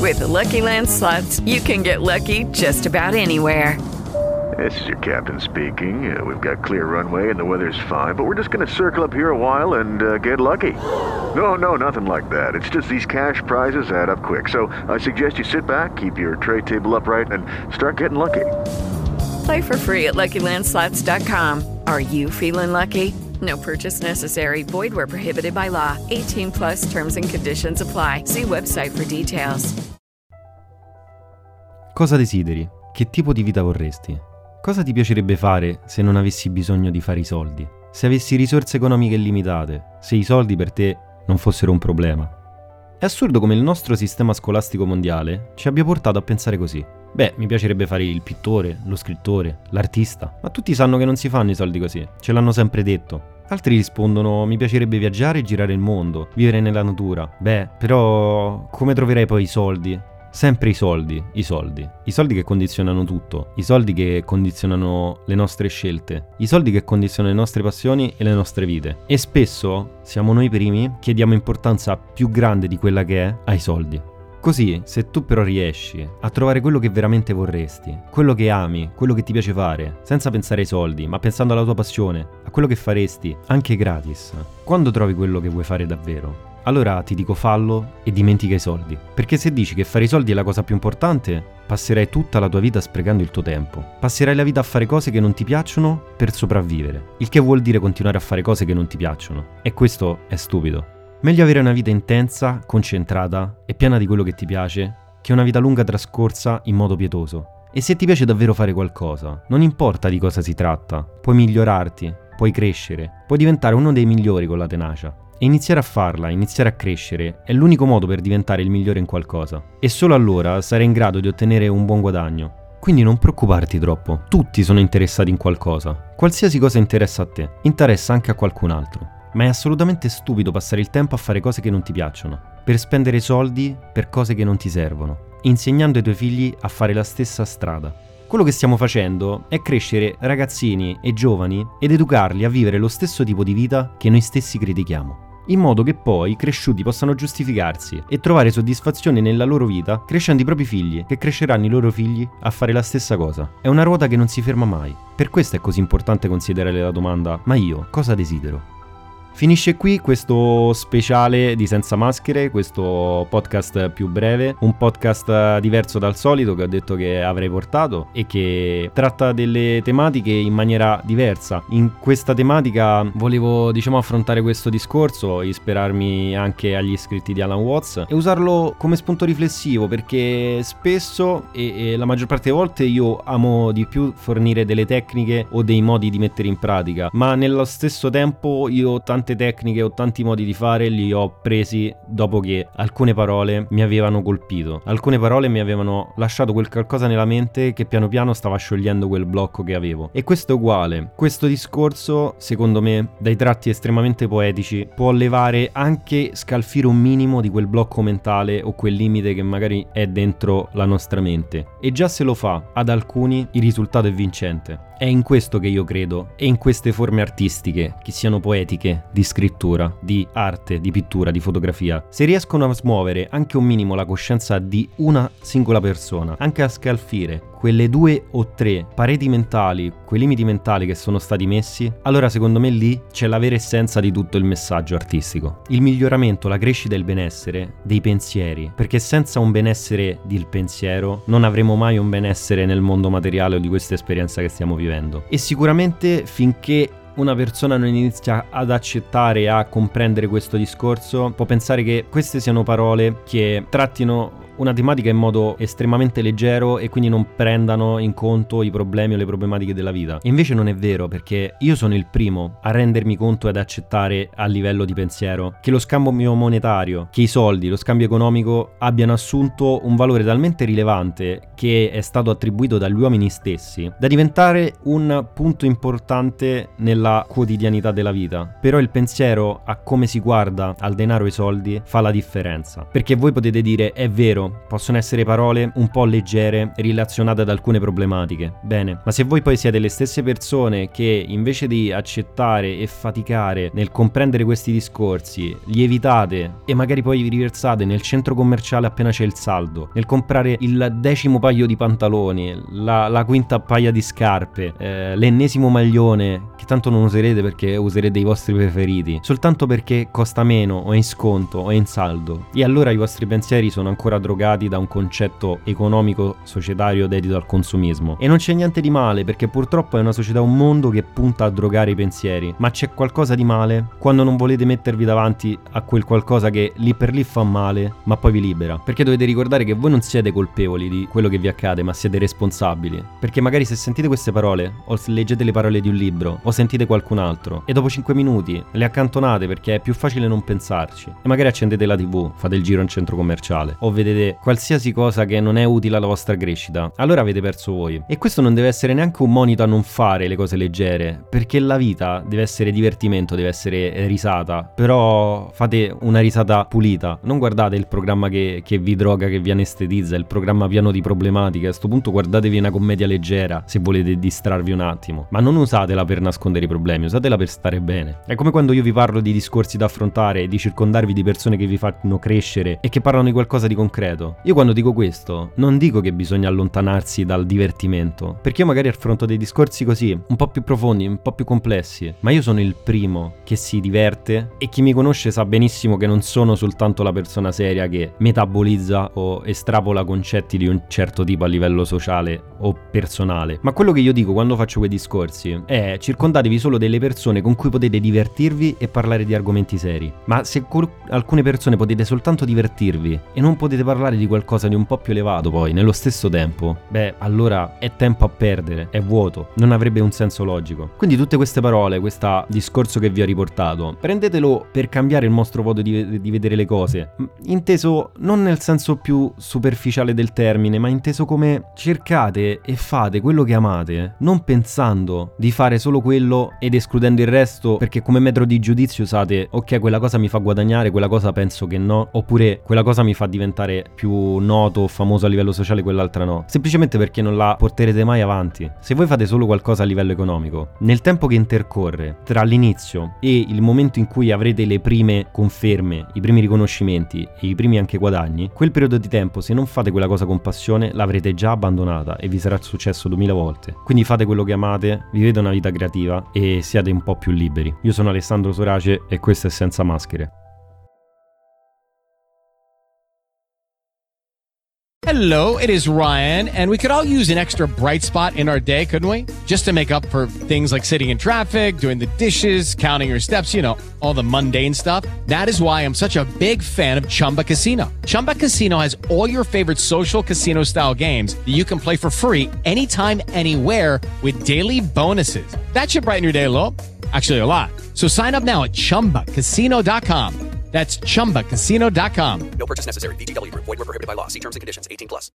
With the Lucky Land Slots, you can get lucky just about anywhere. This is your captain speaking. We've got clear runway and the weather's fine, but we're just going to circle up here a while and get lucky. No, nothing like that. It's just these cash prizes add up quick. So I suggest you sit back, keep your tray table upright, and start getting lucky. Play for free at LuckyLandSlots.com. Are you feeling lucky? No purchase necessary. Void where prohibited by law. 18 plus terms and conditions apply. See website for details. Cosa desideri? Che tipo di vita vorresti? Cosa ti piacerebbe fare se non avessi bisogno di fare i soldi? Se avessi risorse economiche illimitate? Se i soldi per te non fossero un problema? È assurdo come il nostro sistema scolastico mondiale ci abbia portato a pensare così. Beh, mi piacerebbe fare il pittore, lo scrittore, l'artista, ma tutti sanno che non si fanno i soldi così, ce l'hanno sempre detto. Altri rispondono, mi piacerebbe viaggiare e girare il mondo, vivere nella natura. Beh, però come troverei poi i soldi? Sempre i soldi che condizionano tutto, i soldi che condizionano le nostre scelte, i soldi che condizionano le nostre passioni e le nostre vite. E spesso siamo noi primi che diamo importanza più grande di quella che è ai soldi. Così, se tu però riesci a trovare quello che veramente vorresti, quello che ami, quello che ti piace fare, senza pensare ai soldi, ma pensando alla tua passione, a quello che faresti, anche gratis, quando trovi quello che vuoi fare davvero, allora ti dico fallo e dimentica i soldi. Perché se dici che fare i soldi è la cosa più importante, passerai tutta la tua vita sprecando il tuo tempo. Passerai la vita a fare cose che non ti piacciono per sopravvivere. Il che vuol dire continuare a fare cose che non ti piacciono. E questo è stupido. Meglio avere una vita intensa, concentrata e piena di quello che ti piace, che una vita lunga trascorsa in modo pietoso. E se ti piace davvero fare qualcosa, non importa di cosa si tratta, puoi migliorarti, puoi crescere, puoi diventare uno dei migliori con la tenacia. E iniziare a farla, iniziare a crescere, è l'unico modo per diventare il migliore in qualcosa. E solo allora sarai in grado di ottenere un buon guadagno. Quindi non preoccuparti troppo, tutti sono interessati in qualcosa. Qualsiasi cosa interessa a te, interessa anche a qualcun altro. Ma è assolutamente stupido passare il tempo a fare cose che non ti piacciono, per spendere soldi per cose che non ti servono, insegnando ai tuoi figli a fare la stessa strada. Quello che stiamo facendo è crescere ragazzini e giovani ed educarli a vivere lo stesso tipo di vita che noi stessi critichiamo, in modo che poi cresciuti possano giustificarsi e trovare soddisfazione nella loro vita crescendo i propri figli, che cresceranno i loro figli a fare la stessa cosa. È una ruota che non si ferma mai. Per questo è così importante considerare la domanda: ma io cosa desidero? Finisce qui questo speciale di Senza Maschere, questo podcast più breve, un podcast diverso dal solito che ho detto che avrei portato e che tratta delle tematiche in maniera diversa. In questa tematica volevo, affrontare questo discorso, ispirarmi anche agli scritti di Alan Watts e usarlo come spunto riflessivo, perché spesso e la maggior parte delle volte io amo di più fornire delle tecniche o dei modi di mettere in pratica, ma nello stesso tempo io tante tecniche o tanti modi di fare li ho presi dopo che alcune parole mi avevano colpito, alcune parole mi avevano lasciato quel qualcosa nella mente che piano piano stava sciogliendo quel blocco che avevo. E questo è uguale. Questo discorso, secondo me, dai tratti estremamente poetici, può levare anche, scalfire un minimo di quel blocco mentale o quel limite che magari è dentro la nostra mente. E già se lo fa ad alcuni, il risultato è vincente. È in questo che io credo, e in queste forme artistiche, che siano poetiche, di scrittura, di arte, di pittura, di fotografia, se riescono a smuovere anche un minimo la coscienza di una singola persona, anche a scalfire quelle 2 o 3 pareti mentali, quei limiti mentali che sono stati messi, allora secondo me lì c'è la vera essenza di tutto il messaggio artistico. Il miglioramento, la crescita e il benessere dei pensieri, perché senza un benessere del pensiero non avremo mai un benessere nel mondo materiale o di questa esperienza che stiamo vivendo. E sicuramente finché una persona non inizia ad accettare e a comprendere questo discorso, può pensare che queste siano parole che trattino una tematica in modo estremamente leggero e quindi non prendano in conto i problemi o le problematiche della vita. E invece non è vero, perché io sono il primo a rendermi conto ed accettare a livello di pensiero che lo scambio monetario, che i soldi, lo scambio economico abbiano assunto un valore talmente rilevante che è stato attribuito dagli uomini stessi da diventare un punto importante nella quotidianità della vita. Però il pensiero a come si guarda al denaro e ai soldi fa la differenza, perché voi potete dire: è vero, vero, possono essere parole un po' leggere relazionate ad alcune problematiche. Bene, ma se voi poi siete le stesse persone che invece di accettare e faticare nel comprendere questi discorsi, li evitate e magari poi vi riversate nel centro commerciale appena c'è il saldo, nel comprare il 10° paio di pantaloni, la quinta paia di scarpe, l'ennesimo maglione che tanto non userete perché userete i vostri preferiti, soltanto perché costa meno o è in sconto o è in saldo, e allora i vostri pensieri sono ancora drogati da un concetto economico societario dedito al consumismo. E non c'è niente di male, perché purtroppo è una società, un mondo che punta a drogare i pensieri, ma c'è qualcosa di male quando non volete mettervi davanti a quel qualcosa che lì per lì fa male ma poi vi libera, perché dovete ricordare che voi non siete colpevoli di quello che vi accade, ma siete responsabili. Perché magari se sentite queste parole o leggete le parole di un libro o sentite qualcun altro e dopo 5 minuti le accantonate perché è più facile non pensarci, e magari accendete la TV, fate il giro in centro commerciale o vedete qualsiasi cosa che non è utile alla vostra crescita, allora avete perso voi. E questo non deve essere neanche un monito a non fare le cose leggere, perché la vita deve essere divertimento, deve essere risata, però fate una risata pulita, non guardate il programma che vi droga, che vi anestetizza, il programma pieno di problematiche. A sto punto guardatevi una commedia leggera se volete distrarvi un attimo, ma non usatela per nascondere i problemi, usatela per stare bene. È come quando io vi parlo di discorsi da affrontare e di circondarvi di persone che vi fanno crescere e che parlano di qualcosa di concreto. Io quando dico questo non dico che bisogna allontanarsi dal divertimento, perché io magari affronto dei discorsi così un po' più profondi, un po' più complessi, ma io sono il primo che si diverte, e chi mi conosce sa benissimo che non sono soltanto la persona seria che metabolizza o estrapola concetti di un certo tipo a livello sociale o personale. Ma quello che io dico quando faccio quei discorsi è: circondatevi solo delle persone con cui potete divertirvi e parlare di argomenti seri. Ma se con alcune persone potete soltanto divertirvi e non potete parlare di qualcosa di un po' più elevato poi nello stesso tempo, beh, allora è tempo a perdere, è vuoto, non avrebbe un senso logico. Quindi tutte queste parole, questo discorso che vi ho riportato, prendetelo per cambiare il vostro modo di vedere le cose, inteso non nel senso più superficiale del termine, ma inteso come: cercate e fate quello che amate, non pensando di fare solo quello ed escludendo il resto perché come metro di giudizio usate: ok, quella cosa mi fa guadagnare, quella cosa penso che no, oppure quella cosa mi fa diventare più noto o famoso a livello sociale, quell'altra no, semplicemente perché non la porterete mai avanti. Se voi fate solo qualcosa a livello economico, nel tempo che intercorre tra l'inizio e il momento in cui avrete le prime conferme, i primi riconoscimenti e i primi anche guadagni, quel periodo di tempo, se non fate quella cosa con passione, l'avrete già abbandonata e vi sarà successo 2000 volte. Quindi fate quello che amate, vivete una vita creativa e siate un po' più liberi. Io sono Alessandro Sorace e questo è Senza Maschere. Hello, it is Ryan, and we could all use an extra bright spot in our day, couldn't we? Just to make up for things like sitting in traffic, doing the dishes, counting your steps, you know, all the mundane stuff. That is why I'm such a big fan of Chumba Casino. Chumba Casino has all your favorite social casino-style games that you can play for free anytime, anywhere with daily bonuses. That should brighten your day a little. Actually, a lot. So sign up now at ChumbaCasino.com. That's ChumbaCasino.com. No purchase necessary. VGW Group. Void where prohibited by law. See terms and conditions. 18+.